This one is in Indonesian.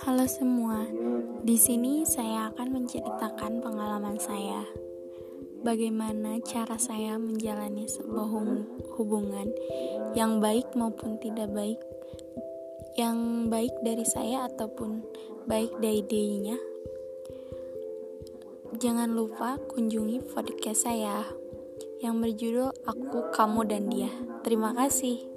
Halo semua, di sini saya akan menceritakan pengalaman saya. Bagaimana cara saya menjalani sebuah hubungan yang baik maupun tidak baik, yang baik dari saya ataupun baik dari dirinya. Jangan lupa kunjungi podcast saya yang berjudul Aku, Kamu, dan Dia. Terima kasih.